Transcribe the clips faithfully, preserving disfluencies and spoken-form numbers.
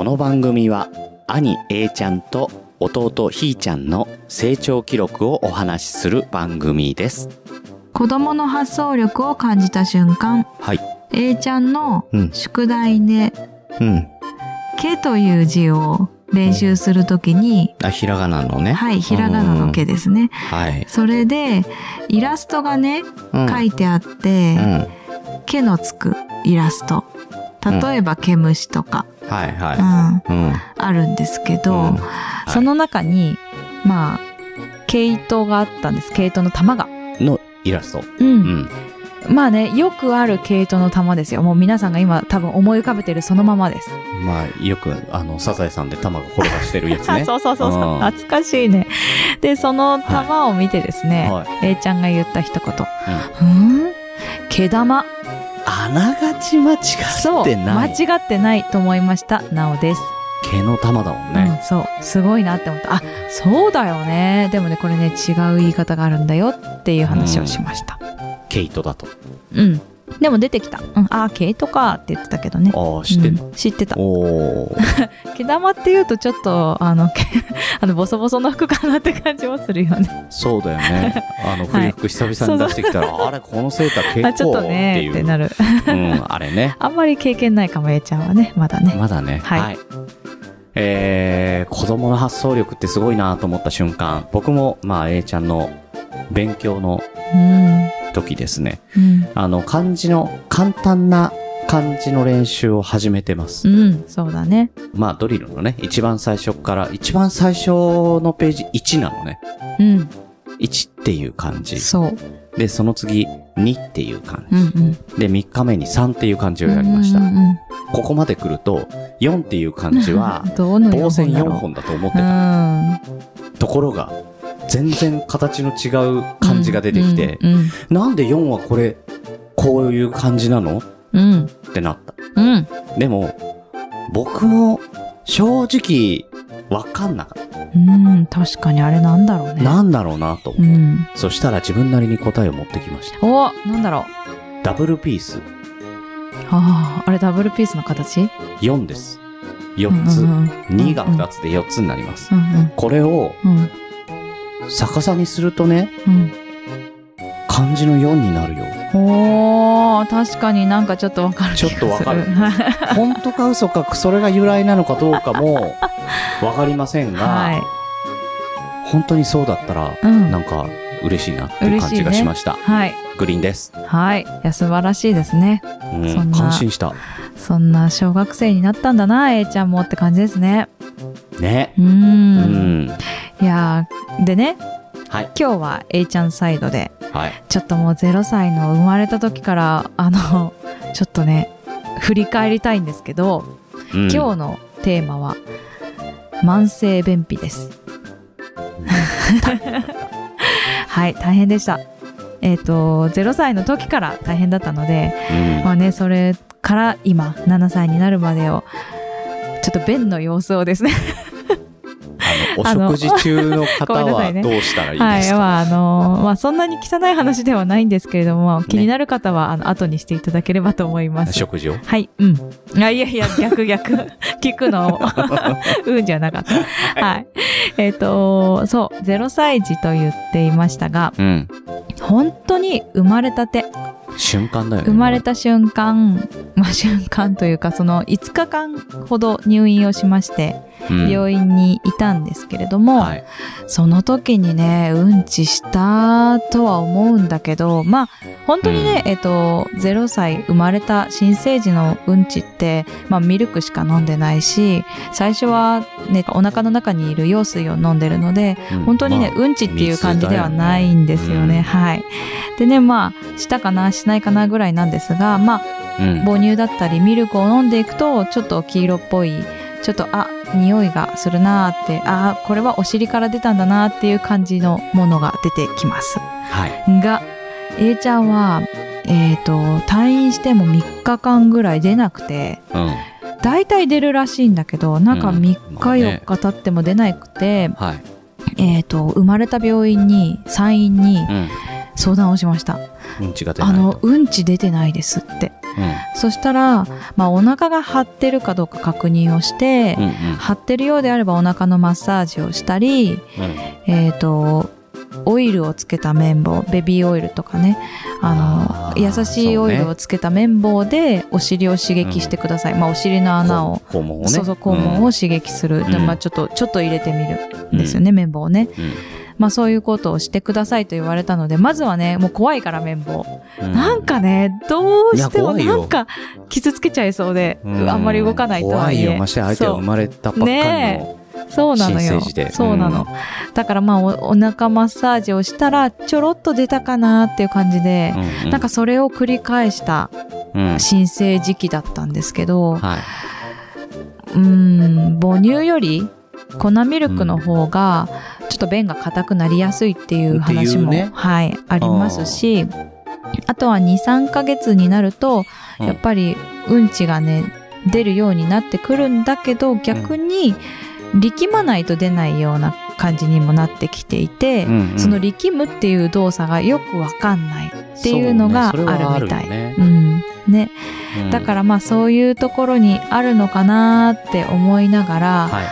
の番組は兄 A ちゃんと弟ひーちゃんの成長記録をお話しする番組です。 子供の発想力を感じた瞬間、 はい、 A ちゃんの宿題ね、 うん、 けという字を練習するときに、 あ、ひらがなのね。 はい、ひらがなのけですね。 はい。 それでイラストがね、うん、書いてあって、うん、けのつくイラスト。例えば毛虫とか、 うん、はいはい、 うんうん、あるんですけど、うんはい、その中にまあ毛糸があったんです。毛糸の玉がのイラスト。 うん。うんまあね、よくある毛糸の玉ですよ。もう皆さんが今多分思い浮かべてるそのままです。 まあよくあのサザエさんで玉が転がしてるやつね。 そうそうそうそう、うん、懐かしいね。でその玉を見てですね、はい、A ちゃんが言った一言、うん、ん毛玉。 あながち間違ってない。 そう間違ってないと思いました。なおです。 毛の玉だもんね、 うん、そうすごいなって思った。あ、そうだよね。でもねこれね違う言い方があるんだよっていう話をしました。うん毛糸だと。 うん。でも出てきた。うん、ああ、毛糸かって言ってたけどね。 ああ、知ってんの、 うん、知ってた。 お毛玉って言うとちょっと、あの、あのボソボソの服かなって感じもするよね。 そうだよね。あの、冬服久々に出してきたら、はい、あれ、このセーター結構ちょっとねっていう。ってなる。 うん、あれね。 あんまり経験ないかも、A ちゃんはね。まだね。 まだね。はい。はい、えー、子供の発想力ってすごいなと思った瞬間、僕も、まあ、A ちゃんの勉強の、うん時ですね、うん、あの漢字の簡単な漢字の練習を始めてます。 うん、そうだね。 まあドリルのね一番最初から一番最初のページいちなのね。 うん。 いちっていう漢字。 そう。 でその次にっていう漢字。 うんうん、 でみっかめにさんっていう漢字をやりました。うんうんうん、ここまで来るとよんっていう漢字は棒線よんほんだと思ってた。うん、ところが。全然形の違う漢字が出てきて、うんうんうん、なんでよんはこれこういう漢字なの、うん、ってなった、うん、でも僕も正直分かんなかった。 うん、確かにあれなんだろうね。 なんだろうなと思って、うん、そしたら自分なりに答えを持ってきました。 お、なんだろう。 ダブルピース。 ああ、あれダブルピースの形？ よんです。よっつ、うんうんうん、にがふたつでよっつになります、うんうん、これを、うん逆さにするとね、うん、漢字のよんになるよ。 おー、確かになんかちょっとわかる気がする。 ちょっとわかる。本当か嘘かそれが由来なのかどうかもわかりませんが、はい、本当にそうだったら、うん、なんか嬉しいなっていう感じがしました。 ね、はい、 グリーンです。 はい、いや素晴らしいですね。 うん、そんな感心した。 そんな小学生になったんだな A ちゃんもって感じですね。 ね。 うん。うんいやでね、はい、今日は A ちゃんサイドで、はい、ちょっともうゼロさいの生まれた時からあのちょっとね振り返りたいんですけど、うん、今日のテーマは慢性便秘です。はい大変でした。えっとゼロさいの時から大変だったので、うんまあね、それから今ななさいになるまでをちょっと便の様子をですねお食事中の方はどうしたらいいですか？ はい、まああのまあそんなに汚い話ではないんですけれども、気になる方はあの後にしていただければと思います。 食事を？ はい、うん。あいやいや逆逆聞くのうんじゃなかった。はい。はい、えっ、ー、とそうゼロさい児と言っていましたが、うん、本当に生まれたて。 瞬間だよね。 生まれた瞬間、まあ瞬間というかそのいつかかんほど入院をしまして、うん、病院にいたんですけれども、はい、その時にねうんちしたとは思うんだけど、まあ本当にね、うん、えっとゼロさい生まれた新生児のうんちって、まあミルクしか飲んでないし、最初はねお腹の中にいる羊水を飲んでるので、うん、本当にね、まあ、うんちっていう感じではないんですよね。うん、はい。でねまあしたかなしないかなぐらいなんですが、まあ、うん、母乳だったりミルクを飲んでいくとちょっと黄色っぽいちょっとあ匂いがするなーって、あこれはお尻から出たんだなっていう感じのものが出てきます、はい、が A ちゃんは、えーと、退院してもみっかかんぐらい出なくて、うん、だいたい出るらしいんだけどなんかみっかよっか経っても出なくて、うんまあねえーと、生まれた病院に産院に相談をしました。 うんちが出ないと。 あのうんち出てないですってそしたら、まあ、お腹が張ってるかどうか確認をして、うんうん、張ってるようであればお腹のマッサージをしたり、うん、えっとオイルをつけた綿棒、ベビーオイルとかね、あの優しいオイルをつけた綿棒でお尻を刺激してください。うん、まあお尻の穴を、 肛門をね、 そうそう肛門を刺激する。うん、でまあちょっとちょっと入れてみるんですよね、うん、綿棒をね。うん、まあそういうことをしてくださいと言われたので、まずはね、もう怖いから綿棒、うん、なんかね、どうしてもなんか傷つけちゃいそうで、うん、あんまり動かないとはいえ。 怖いよ。まして相手が生まれたばっかりの。ねそうなのよ。そうなの。うん、だからまあ お, お腹マッサージをしたらちょろっと出たかなっていう感じで、うんうん、なんかそれを繰り返した新生時期だったんですけど、うんはい、うーん母乳より粉ミルクの方がちょっと便が硬くなりやすいっていう話も、ねはい、ありますし、あとは にさんかげつになるとやっぱりうんちがね出るようになってくるんだけど、逆に、うん力まないと出ないような感じにもなってきていて、うんうん、その力むっていう動作がよくわかんないっていうのがあるみたい。ね、うんねうん、だからまあそういうところにあるのかなって思いながら、はい、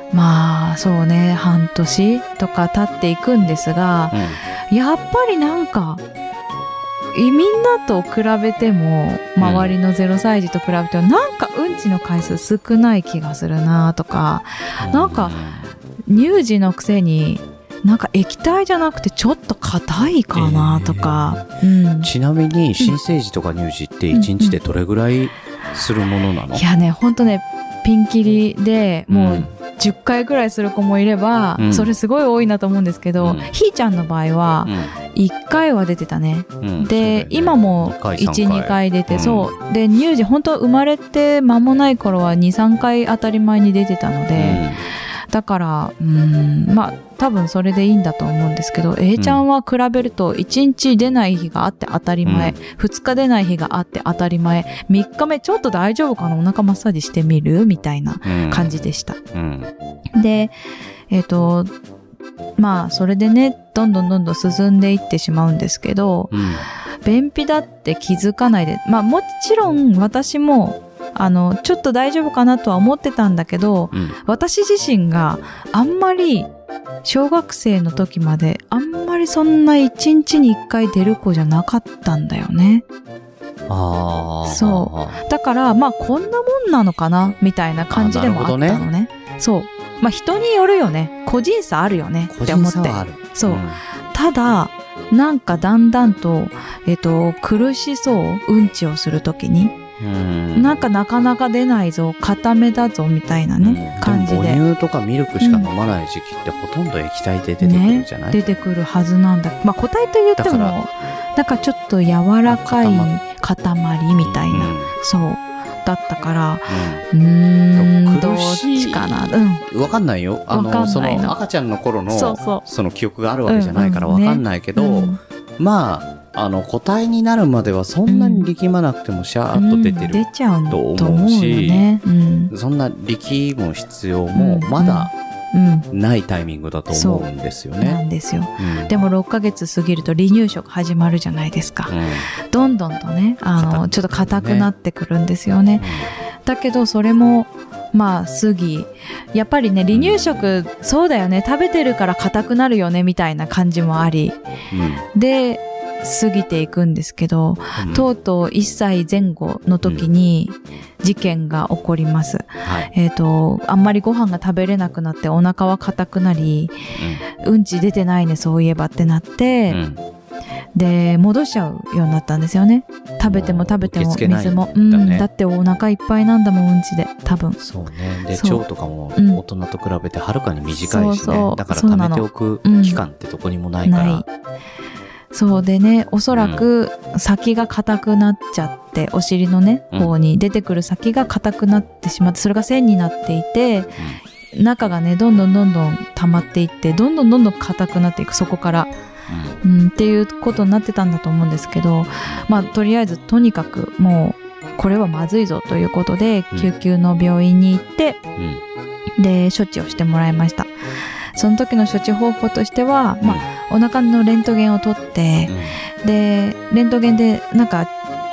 まあそうね半年とか経っていくんですが、うん、やっぱりなんかみんなと比べても周りのゼロさい児と比べてもなんかうんちの回数少ない気がするなとか、なんか乳児のくせになんか液体じゃなくてちょっと硬いかなとか、 えーうん、ちなみに新生児とか乳児っていちにちでどれぐらいするものなの？ うんうん、いやねほんとねピンキリでもうじゅっかいぐらいする子もいれば、うん、それすごい多いなと思うんですけど、うん、ひーちゃんの場合は、うん、いっかいは出てたね、うん、で、ね、今もいち、にかい出て、うん、そうで乳児本当生まれて間もない頃はに、さんかい当たり前に出てたので、うん、だからうーんまあ多分それでいいんだと思うんですけど、A ちゃんは比べるといちにち出ない日があって当たり前、うん、ふつか出ない日があって当たり前、みっかめちょっと大丈夫かなお腹マッサージしてみるみたいな感じでした、うんうん、でえっとまあそれでねどんどんどんどん進んでいってしまうんですけど、うん、便秘だって気づかないで、まあもちろん私もあのちょっと大丈夫かなとは思ってたんだけど、うん、私自身があんまり小学生の時まであんまりそんないちにちにいっかい出る子じゃなかったんだよね。 あそうだからまあこんなもんなのかなみたいな感じでもあったのね。ねそうまあ人によるよね、個人差あるよねって思って、そう、うん、ただなんかだんだんとえっと苦しそううんちをする時にうんなんかなかなか出ないぞ固めだぞみたいなね、うん、感じで母乳とかミルクしか飲まない時期ってほとんど液体で出てくるじゃない、 ね、出てくるはずなんだ。まあ固体と言ってもなんかちょっと柔らかい塊みたいな、うん、そうだったから、うん、うーんどっちかな、 うん、分かんないよ。あのその赤ちゃんの頃のそうそうその記憶があるわけじゃないから分かんないけど、うんうんね、まああの固体になるまではそんなに力まなくてもシャーッと出てる、うん、出ちゃうと思うし、ねうん、そんな力も必要もまだないタイミングだと思うんですよね。 そうなんですよ、うん、でもろっかげつ過ぎると離乳食始まるじゃないですか、うん、どんどんとねあのちょっと硬くなってくるんですよね、うん、だけどそれもまあ過ぎやっぱりね離乳食、うん、そうだよね食べてるから硬くなるよねみたいな感じもあり、うん、で過ぎていくんですけど、うん、とうとういっさいぜん後の時に事件が起こります、うんはいえーと、あんまりご飯が食べれなくなってお腹は硬くなり、うん、うんち出てないねそういえばってなって、うん、で戻しちゃうようになったんですよね。食べても食べても水も、うんだね、だってお腹いっぱいなんだもんうんちで多分そうね。で腸とかも大人と比べてはるかに短いしね、うん、そうそうだから溜めておく期間ってどこにもないから、うんそうでねおそらく先が硬くなっちゃって、うん、お尻のね方に出てくる先が硬くなってしまってそれが線になっていて、うん、中がねどんどんどんどん溜まっていってどんどんどんどん硬くなっていくそこから、うんうん、っていうことになってたんだと思うんですけど、まあとりあえずとにかくもうこれはまずいぞということで、うん、救急の病院に行って、うん、で処置をしてもらいました。その時の処置方法としては、うん、まあ、お腹のレントゲンを取って、うん、でレントゲンでなんか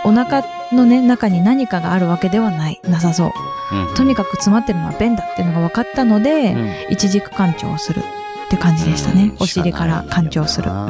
お腹のね、中に何かがあるわけではない、なさそう。うん、とにかく詰まってるのは便だっていうのが分かったので、うん、一軸干潮をするって感じでしたね。うん、お尻から干潮する。うん、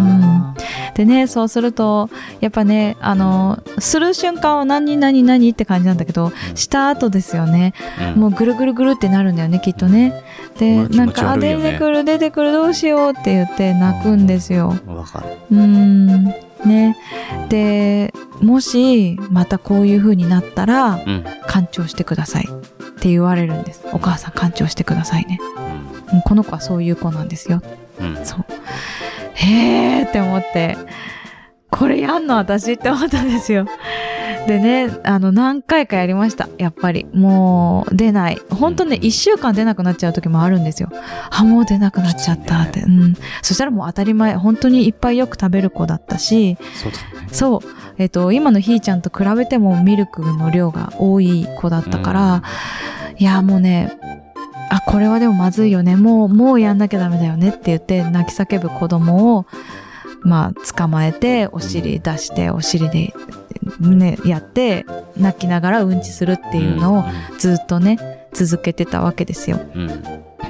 でね、そうすると、やっぱね、あの、する瞬間は何何何って感じなんだけど、うん、した後ですよね、うん。もうぐるぐるぐるってなるんだよね、きっとね。で、まあ、なんか、あ、出てくる出てくるどうしようって言って泣くんですよ。 わかる。 うーん。ね。で、もし、またこういう風になったら、うん、干潮してくださいって言われるんです。お母さん干潮してくださいね。うん、この子はそういう子なんですよ。うん、そう。へーって思って、これやんの私って思ったんですよ。でね、あの、何回かやりました。やっぱり。もう、出ない。ほんとね、一週間出なくなっちゃう時もあるんですよ。あ、もう出なくなっちゃったって。うん。そしたらもう当たり前、本当にいっぱいよく食べる子だったし、 そうだね。 そう。えっと、今のひーちゃんと比べてもミルクの量が多い子だったから、うん、いや、もうね、あ、これはでもまずいよね。もう、もうやんなきゃダメだよねって言って泣き叫ぶ子供を、まあ、捕まえて、お尻出して、お尻で、ね、やって、泣きながらうんちするっていうのをずっとね、続けてたわけですよ。うん、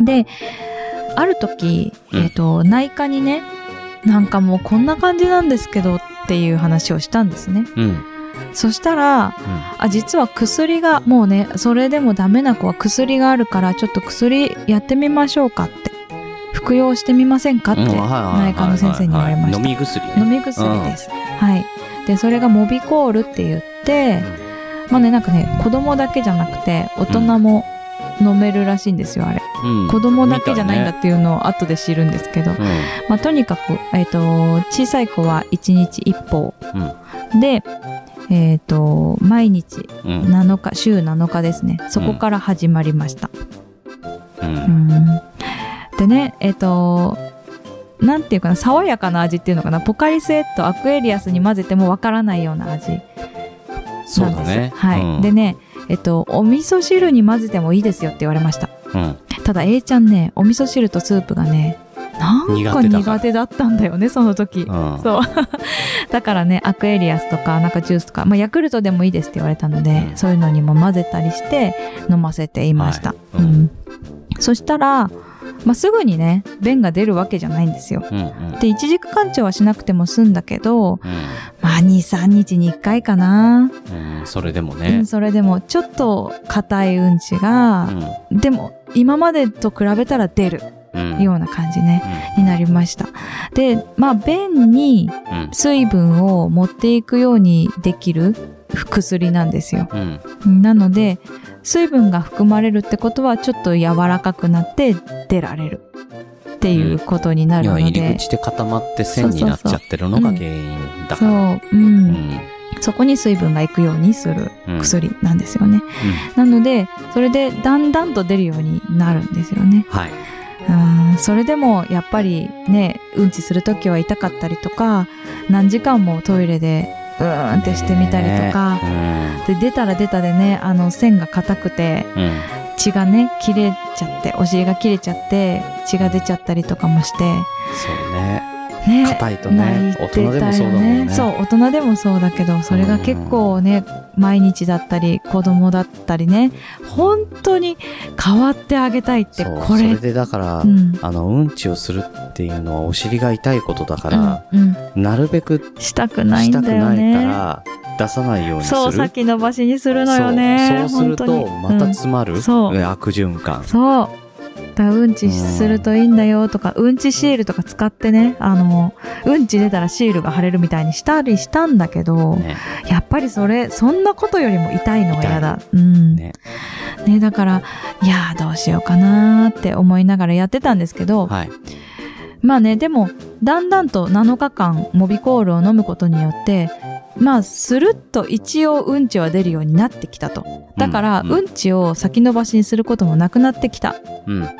で、ある時、えっと、内科にね、なんかもうこんな感じなんですけどっていう話をしたんですね。うん、そしたら、うん、あ、実は薬が、もうね、それでもダメな子は薬があるから、ちょっと薬やってみましょうかって。服用してみませんかって内科の先生に言われました。 飲み薬ね。 飲み薬です。うん、はい。で、それがモビコールって言って、うん、まあね、なんかね、子供だけじゃなくて、大人も飲めるらしいんですよ、あれ。うん、子供だけじゃないんだっていうのを後で知るんですけど、うん、まあとにかく、えっと、小さい子はいちにちいっぽう。うん、で、えっと、毎日なのか、うん、週なのかですね。そこから始まりました。うん。うんでね、えっと、なんていうかな、爽やかな味っていうのかな、ポカリスエット、アクエリアスに混ぜてもわからないような味なんです。 そうだね。 はい、うん。でね、えっと、お味噌汁に混ぜてもいいですよって言われました。うん、ただ A ちゃんね、お味噌汁とスープがね、なんか苦手だったんだよね、その時。うん、そう。だからね、アクエリアスとか、なんかジュースとか、まあ、ヤクルトでもいいですって言われたので、うん、そういうのにも混ぜたりして飲ませていました。はい、うんうん、そしたら、まあ、すぐにね、便が出るわけじゃないんですよ。うんうん、で、一軸干潮はしなくても済んだけど、うん、まあ、に、さんにちにいっかいかな。 うん、それでもね。 うん、それでも、ちょっと硬いうんちが、うん、でも、今までと比べたら出る。ような感じね、うん、になりました。で、まあ、便に水分を持っていくようにできる薬なんですよ。うん、なので、水分が含まれるってことは、ちょっと柔らかくなって出られるっていうことになるので。 うん、いや、入り口で固まって線になっちゃってるのが原因だから。 そう、うん。うん、そこに水分が行くようにする薬なんですよね。うん、なので、それでだんだんと出るようになるんですよね。はい。うん、それでもやっぱりね、うんちするときは痛かったりとか、何時間もトイレでうーんってしてみたりとか、うん、で出たら出たでね、あの線が硬くて、うん、血がね切れちゃって、お尻が切れちゃって血が出ちゃったりとかもして。 そうね。ね、硬いとね、大人でもそうだもんね。 そう、大人でもそうだけど、それが結構ね、毎日だったり、子供だったりね、本当に変わってあげたいって、これ。 それでだから、うん、あの、うんちをするっていうのはお尻が痛いことだから、うんうん、なるべくしたくないんだよね。したくないから、 出さないようにする。 そう、先延ばしにするのよね。 そう、そうすると、また詰まる、うん、そう悪循環。 そう。だうんちするといいんだよとか、うん、うんちシールとか使ってね、あの、うんち出たらシールが貼れるみたいにしたりしたんだけど、ね、やっぱりそれ、そんなことよりも痛いのが嫌だ。うん。ね。ね、だから、いやーどうしようかなーって思いながらやってたんですけど、はい、まあね、でも、だんだんとなのかかんモビコールを飲むことによって、まあ、スルッと一応うんちは出るようになってきたと。だから、うん、うんちを先延ばしにすることもなくなってきた。うん、っ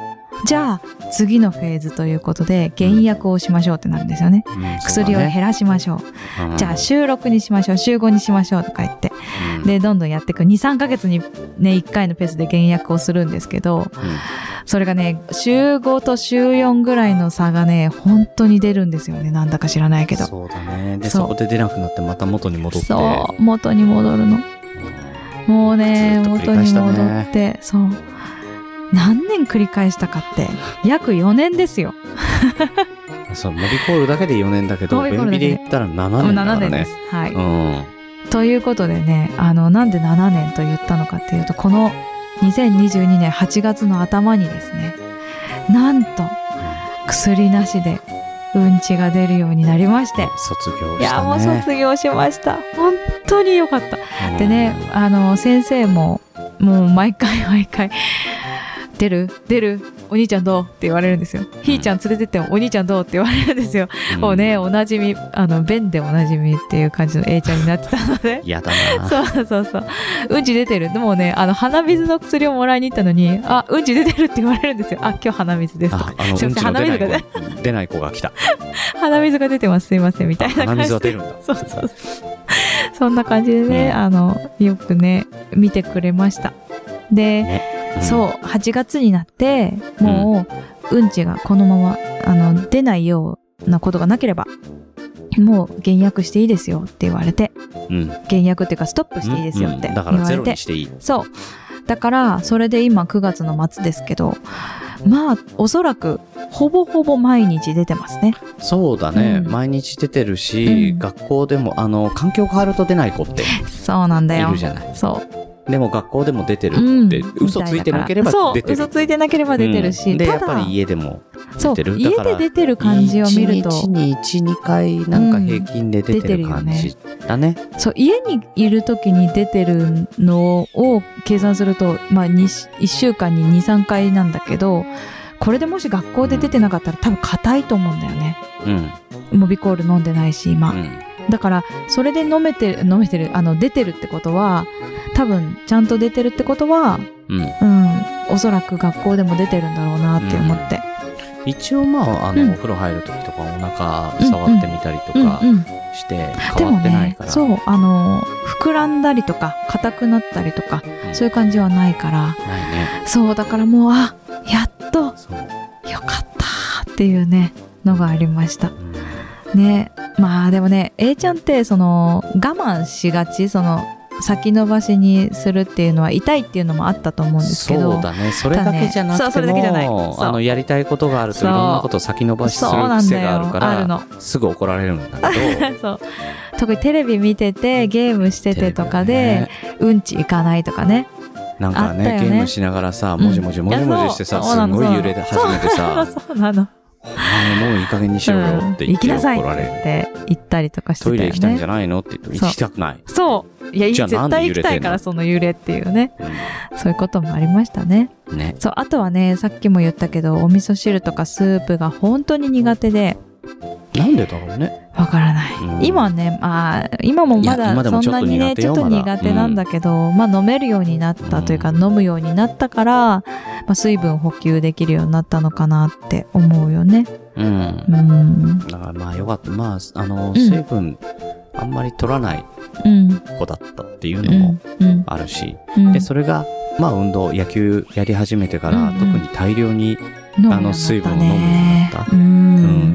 じゃあ次のフェーズということで減薬をしましょうってなるんですよね、うん、薬を減らしましょう、うん、じゃあ週ろくにしましょう、週ごにしましょうとか言って、うん、でどんどんやっていく にさんかげつにねいっかいのペースで減薬をするんですけど、うん、それがね週ごと週よんぐらいの差がね本当に出るんですよね、なんだか知らないけど。 そうだね。で そ, そこで出なくなってまた元に戻って、 そう元に戻るの、うん、もうね元に戻って、そう何年繰り返したかって約よねんですよそうモビコールだけでよねんだけど便秘で言ったらななねんだからね。ななねんです、 はい、うん、ということでね、あのなんでななねんと言ったのかっていうと、このにせんにじゅうにねんはちがつの頭にですね、なんと薬なしでうんちが出るようになりまして、 卒業したね。 いやもう卒業しました。本当によかった。でね、あの先生ももう毎回毎回出る出るお兄ちゃんどうって言われるんですよ、うん、ひーちゃん連れてってもお兄ちゃんどうって言われるんですよ、うん、もうねおなじみ、あの便でおなじみっていう感じの A ちゃんになってたのでやだな。 そうそうそう、うんち出てる。でもね、あの鼻水の薬をもらいに行ったのに、あうんち出てるって言われるんですよ。あ今日鼻水ですとか、 ああのすいません、鼻水が出ない子が来た鼻水が出てますすいませんみたいな感じで、 鼻水は出るんだそうそうそうそんな感じでね、うん、あのよくね見てくれました。で、ね、うん、そうはちがつになってもう、うん、うんちがこのままあの出ないようなことがなければもう減薬していいですよって言われて、うん、減薬っていうかストップしていいですよって言われて、うんうん、だからゼロにしていい。そうだからそれで今くがつの末ですけど、まあおそらくほぼほぼ毎日出てますね。 そうだね、うん、毎日出てるし、うん、学校でもあの環境変わると出ない子ってそうなんだよ、 いるじゃない。 そうでも学校でも出てるって、うん、嘘ついてなければ出てる。 そう嘘ついてなければ出てるし、 うん、でやっぱり家でも出てる。 そう家で出てる感じを見るといちにちにいち、にかいなんか平均で出てる感じだね。 うん、そう家にいる時に出てるのを計算すると、まあ、いっしゅうかんにに、さんかいなんだけど、これでもし学校で出てなかったら、うん、多分硬いと思うんだよね。うん、モビコール飲んでないし今。うんだからそれで飲めてる飲めてるあの出てるってことは多分ちゃんと出てるってことは、うん、うん、おそらく学校でも出てるんだろうなって思って、 うん、一応まああの、うん、お風呂入る時とかお腹触ってみたりとかして変わってないから、 でもね、そうあの膨らんだりとか硬くなったりとか、うん、そういう感じはないから、ないね、そうだからもうあやっとよかったっていうねのがありました、うん、ね。まあでもね A ちゃんってその我慢しがち、その先延ばしにするっていうのは痛いっていうのもあったと思うんですけど、 そうだね、それだけじゃなくても、そうそれだけじゃない、あのやりたいことがあるといろんなことを先延ばしする癖があるからすぐ怒られるんだけどそう特にテレビ見ててゲームしててとかで、ね、うんちいかないとかね、 なんか ね, ねゲームしながらさもじもじもじもじしてさ、うん、すごい揺れ始めてさそうなのお前もういい加減にしろよって言って怒られる、うん、 って言ったりとかしてたよね。 トイレ行きたいんじゃないのって言って行きたくない。 そういや絶対行きたいからその揺れっていうね、うん、そういうこともありましたね。ね、そうあとはねさっきも言ったけどお味噌汁とかスープが本当に苦手で、 なんでだろうね。 わからない、うん、今ねあ今もまだそんなにねちょっと苦手なんだけど、うん、まあ飲めるようになったというか、うん、飲むようになったから、まあ、水分補給できるようになったのかなって思うよね。うん、うん、 だからまあよかった。まああの水分あんまり取らない子だったっていうのもあるし、うんうん、でそれがまあ運動野球やり始めてから、うん、特に大量にあの水分を飲むようになった。うん、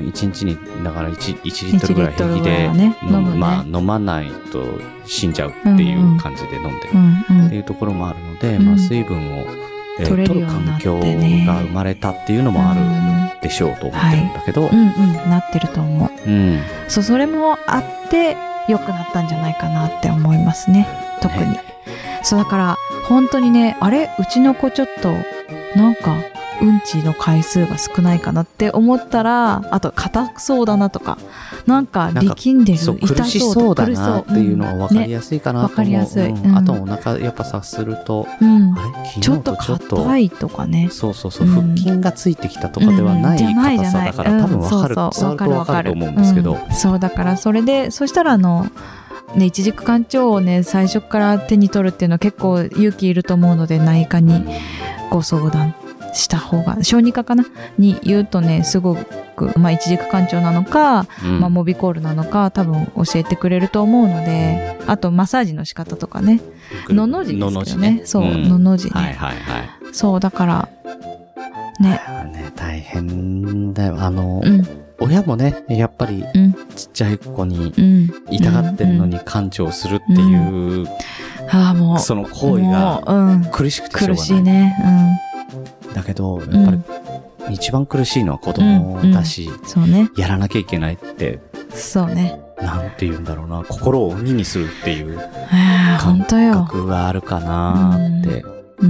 いちにちにだから 1, いちリットルぐらい平気で、ね飲むね、まあ飲まないと死んじゃうっていう感じで飲んでる、うんうん、っていうところもあるので、うんまあ、水分を、えー、取る環境が生まれたっていうのもあるでしょうと思ってるんだけど、 はいうんうん、なってると思う、うん、そうそれもあって良くなったんじゃないかなって思いますね特に、ね、そうだから本当にねあれうちの子ちょっとなんかうんちの回数が少ないかなって思ったら、あと硬くそうだなとかなんか力んでる痛そう苦しそうだなっていうのは分かりやすいかなと思う、ね、分かりやすい、うん、あとお腹やっぱ察すると、うん、あれ昨日とちょっと硬いとかねそうそうそう、うん、腹筋がついてきたとかではない硬さだから、うん、多分分かる、うん、伝わると分かると思うんですけど、 うん、そうだからそれでそしたらあのね、一軸干潮をね最初から手に取るっていうのは結構勇気いると思うので内科にご相談した方が、小児科かなに言うとね、すごく、まあ、一軸干潮なのか、うん、まあ、モビコールなのか、多分教えてくれると思うので、あと、マッサージの仕方とかね。のの字ですけどね。そう、のの字ね。 はいはいはい。そう、 だから、ね。 ね、大変だよ。あの、うん、親もね、やっぱり、ちっちゃい子に、痛がってるのに干潮するっていう、うんうん、あもうその行為が苦しくてしょうがない。 苦しいね。 うん、だけど、やっぱり、一番苦しいのは子供だし、 うんうん、そうね。 やらなきゃいけないって。 そうね。 なんて言うんだろうな、心を鬼にするっていう感覚があるかなって。 うん、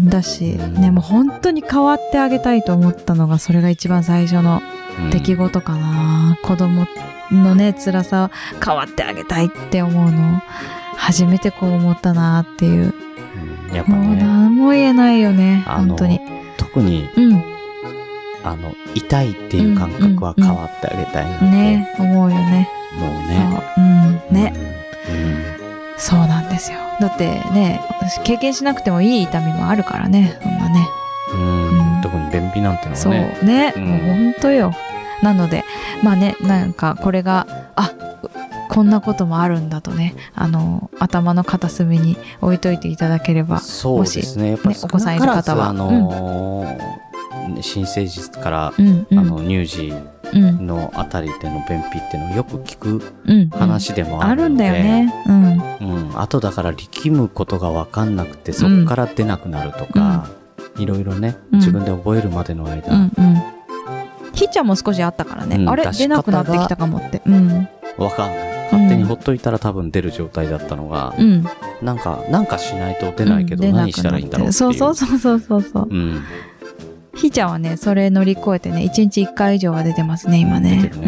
だし、うん、ね、もう本当に変わってあげたいと思ったのが、それが一番最初の出来事かな。うん、子供のね、辛さを変わってあげたいって思うのを、初めてこう思ったなっていう。 うん、やっぱね。もう何も言えないよね、本当に。 特に、うん、あの、痛いっていう感覚は変わってあげたいなって。うんうんうん、 ね、思うよね。 もうね。 そう、うん、ね。うんそうなんですよ。だってね、経験しなくてもいい痛みもあるからね、そんなね。 うん、うん、特に便秘なんてのはね。 そうね、うん、もう本当よ。なので、まあね、なんかこれが、あ、こんなこともあるんだとね、あの、頭の片隅に置いといていただければ、 そうですね。やっぱり、ね、お子さんいる方は。あのー、うん、新生児から、うんうん、あの乳児のあたりでの便秘っていうのをよく聞く話でもあるので、 うんうん、あるんだよね。 うん。うん。あとだから力むことが分かんなくて、そこから出なくなるとか、うん、いろいろね、自分で覚えるまでの間。 うんうん。ひーちゃんも少しあったからね。うん、あれ出なくなってきたかもって。うん。 分かんない。勝手にほっといたら多分出る状態だったのが、うん、なんか、なんかしないと出ないけど、何したらいいんだろうっていう。 そうそうそうそうそうそう。うん。ひーちゃんはね、それ乗り越えてね、いちにちいっかい以上は出てますね、今ね。 出てるね。 うん。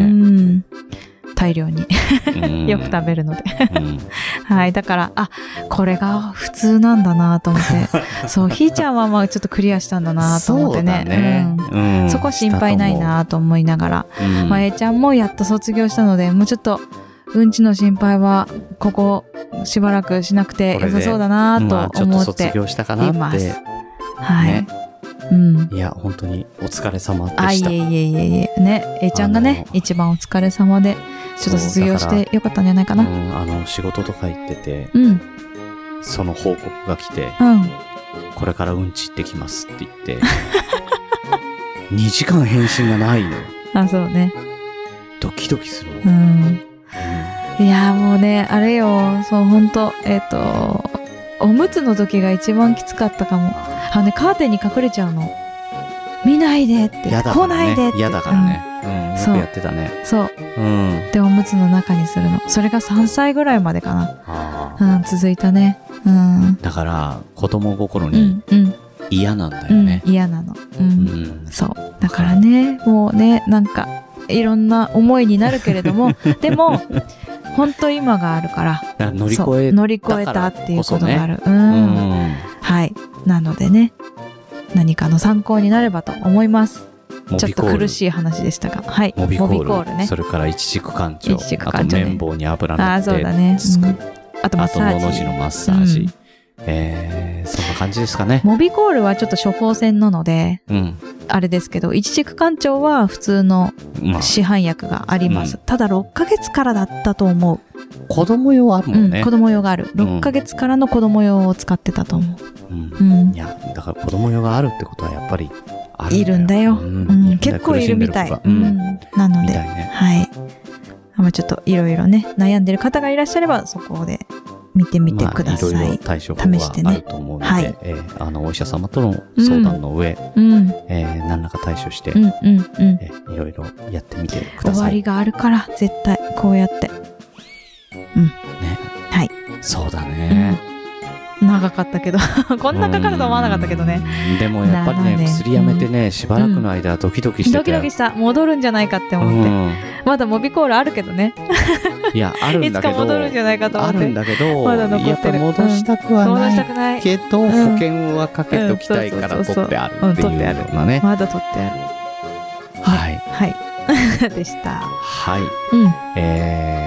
大量によく食べるのではい。だから、あ、これが普通なんだなと思って。そう、ひーちゃんはまあちょっとクリアしたんだなと思ってね。 そうだね。うん。うん、 そこは心配ないなと思いながら。うん、まあ、えーちゃんもやっと卒業したので、もうちょっと、うんちの心配は、ここ、しばらくしなくて良さそうだなと思っています。まあ、ちょっと卒業したかなって。 はい。 ね、 うん。 いや、本当にお疲れ様でした。あ、 いえいえいえいえ。ね、えーちゃんがね、一番お疲れ様で、ちょっと卒業してよかったんじゃないかな。 うん、あの、仕事とか行ってて、 うん。 その報告が来て、 うん。 これからうんち行ってきますって言って、にじかん返信がないの。 あ、そうね。 ドキドキする。 うん。うん、いや、もうね、あれよ、そう、ほんと、えっと、おむつの時が一番きつかったかも。あのね、カーテンに隠れちゃうの。見ないでって。 やだ、ね、 来ないでって。 嫌だからね。うん。うん、よくやってたね。 そう。うん。で、おむつの中にするの。それがさんさいぐらいまでかな。うん、続いたね。うん。 だから、子供心に嫌なんだよね。 うん、嫌なの。うん。うん、そう。だからね、もうね、なんか、いろんな思いになるけれども、でも、本当今があるから。 ら乗り越え乗り越えたっていうことがある。うん。はい。なのでね、何かの参考になればと思います。ちょっと苦しい話でしたが。はい。 モビコール。モビコールね。それから一軸干潮。 一軸干潮、ね。 あと綿棒に油塗って。 あ、そうだね。 つく。うん、 あとマッサージ。 あとのの字のマッサージ。うん、えー、そんな感じですかね。 モビコールはちょっと処方箋なので、うん、あれですけど、一軸干潮は普通の市販薬があります。まあうん、ただろっかげつからだったと思う。 子供用あるもんね。 うん、子供用がある。ろっかげつからの子供用を使ってたと思う。 うんうん、いや、だから子供用があるってことはやっぱりあるんだよ。 いるんだよ。うんうん、結構いるみたい。うん、なので、ね、はい。まあちょっといろいろね、悩んでる方がいらっしゃれば、そこで見てみてください。まあ、いろいろ対処法があると思うので、はい、えー、あの、お医者様との相談の上、うんうん、えー、何らか対処して、うんうんうんえー、いろいろやってみてください。 終わりがあるから、絶対、こうやって。うん。ね。はい。 そうだね。 うん、長かったけど、こんなかかると思わなかったけどね。 でもやっぱりね、ね薬やめてね、しばらくの間ドキドキしてた、 ドキドキした。戻るんじゃないかって思って。うん、まだモビコールあるけどね。 いや、あるんだけど。 いつか戻るんじゃないかと思って。 あるんだけど、 まだ残ってる。 やっぱ戻したくはないけど、うん、保険はかけときたいから取ってあるっていうようなね。 まだ取ってある。 はい。 はい。でした。 はい。うん、えー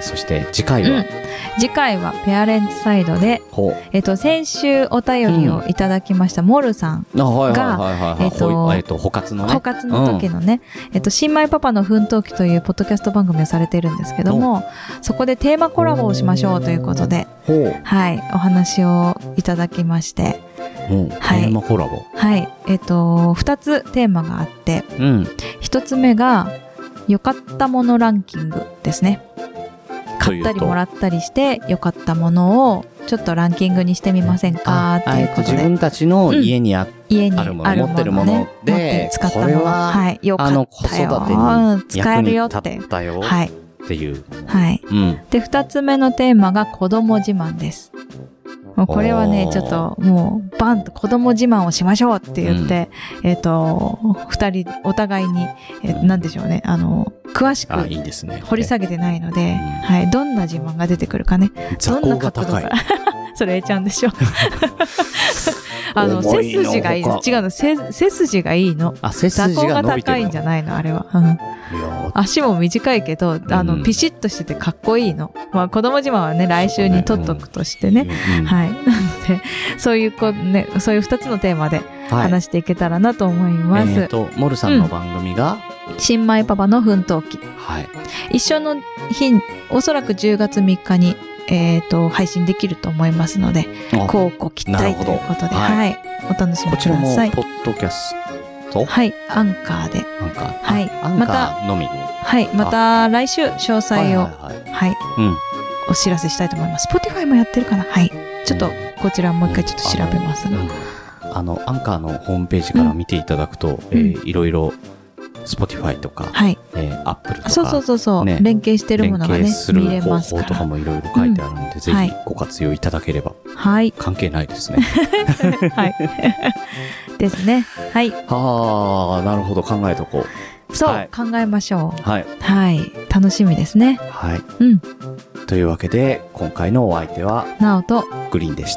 そして次回は、うん、 次回はペアレンツサイドで、えっと、先週お便りをいただきましたモルさんが、えっと、 えっと、補活のね。 補活の時のね、うん、えっと、新米パパの奮闘記というポッドキャスト番組をされているんですけども、そこでテーマコラボをしましょうということで、はい、お話をいただきまして、 はい、テーマコラボ。 はい、えっと、二つテーマがあって、うん、一つ目が、良かったものランキングですね。買ったりもらったりして良かったものをちょっとランキングにしてみませんかっていうことで、 自分たちの家に あ,、うん、家にあるもの持ってるもので、 使ったもの、はい、良かったよ、 子育てに使えるよって、 はい、っていう、 はい、うん、で二つ目のテーマが子供自慢です。もうこれはね、ちょっともうバンと子供自慢をしましょうって言って、うん、えっと、二人お互いに、えー、なんでしょうね、あの、詳しく掘り下げてないので、いいですね、はい、どんな自慢が出てくるかね。 座高が高い。 それ A ちゃんでしょ。あの、背筋がいい。違うの、背筋がいいの。 あ、背筋が伸びてるの。座高が高いんじゃないの、あれは。うん、足も短いけど、あの、うん、ピシッとしててかっこいいの。まあ、子供自慢はね、来週に取っとくとしてね。うん、はい。なので、そういうこ、ね、そういう二つのテーマで話していけたらなと思います。はい、 えっと、モルさんの番組が、 うん、新米パパの奮闘記。 はい。 一緒の日、おそらくじゅうがつみっかに、えっと、配信できると思いますので、こうご期待ということで、はい、お楽しみください。こちらも、 ポッドキャスト？ はい、アンカーで。 アンカー。 はい。 アンカーのみ。 はい、また来週、詳細を、はい、お知らせしたいと思います。Spotify もやってるかな？はい。ちょっと、こちらもう一回ちょっと調べますが。 あの、アンカーのホームページから見ていただくと、えいろいろ、Spotify とか、 はい、 えー、Apple とか、 そうそうそうそう、ね、連携してるものがね、見れますから。 方法とかもいろいろ書いてあるので、うん、ぜひご活用いただければ。 はい。 関係ないですね。 はい。ですね。はい。 はあ、なるほど、考えとこう。そう、はい、考えましょう。はい。 はい。楽しみですね。 はい。 うん。 というわけで、今回のお相手は、 なおとグリーンでした。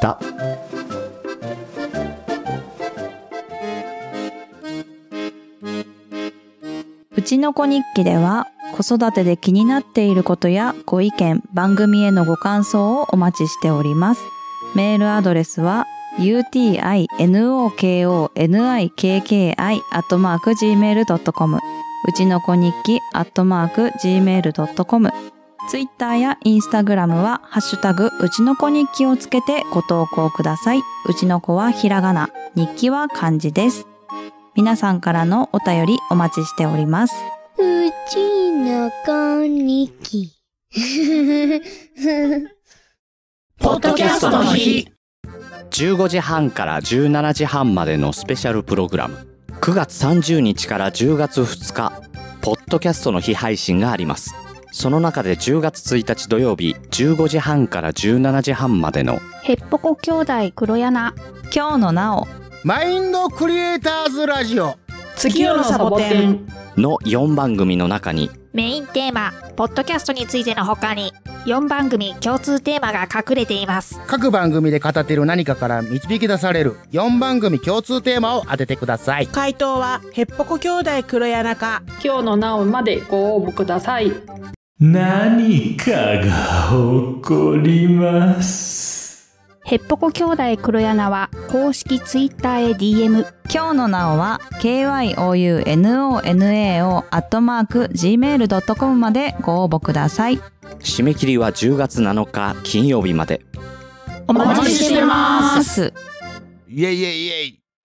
うちの子日記では子育てで気になっていることやご意見、番組へのご感想をお待ちしております。メールアドレスは ユーティーアイエヌオーケーオーエヌアイケーケーアイ アットマーク ジーメールドットコム うちの子日記アットマーク ジーメールドットコム ツイッターやインスタグラムはハッシュタグうちの子日記をつけてご投稿ください。うちの子はひらがな、日記は漢字です。皆さんからのお便りお待ちしております。 うちの子日記ポッドキャストの日、じゅうごじはんからじゅうしちじはんまでのスペシャルプログラム、くがつさんじゅうにちからじゅうがつふつかポッドキャストの日配信があります。その中でじゅうがつついたち土曜日じゅうごじはんからじゅうしちじはんまでのへっぽこ兄弟黒柳、 今日のなお、 マインドクリエイターズラジオ、 月夜のサボテンのよんばんぐみの中に、 メインテーマポッドキャストについての他によんばんぐみ共通テーマが隠れています。 各番組で語っている何かから導き出されるよんばんぐみ共通テーマを当ててください。 回答はへっぽこ兄弟黒柳か今日のなおまでご応募ください。 何かが起こります。 へっぽこ兄弟黒柳は公式ツイッターへ ディーエム。 今日のなおは ケーワイオーユーエヌオーエヌエーオー アットマーク ジーメールドットコム までご応募ください。 締め切りはじゅうがつなのか金曜日まで。 お待ちしてます。 イエイイエイイエイ。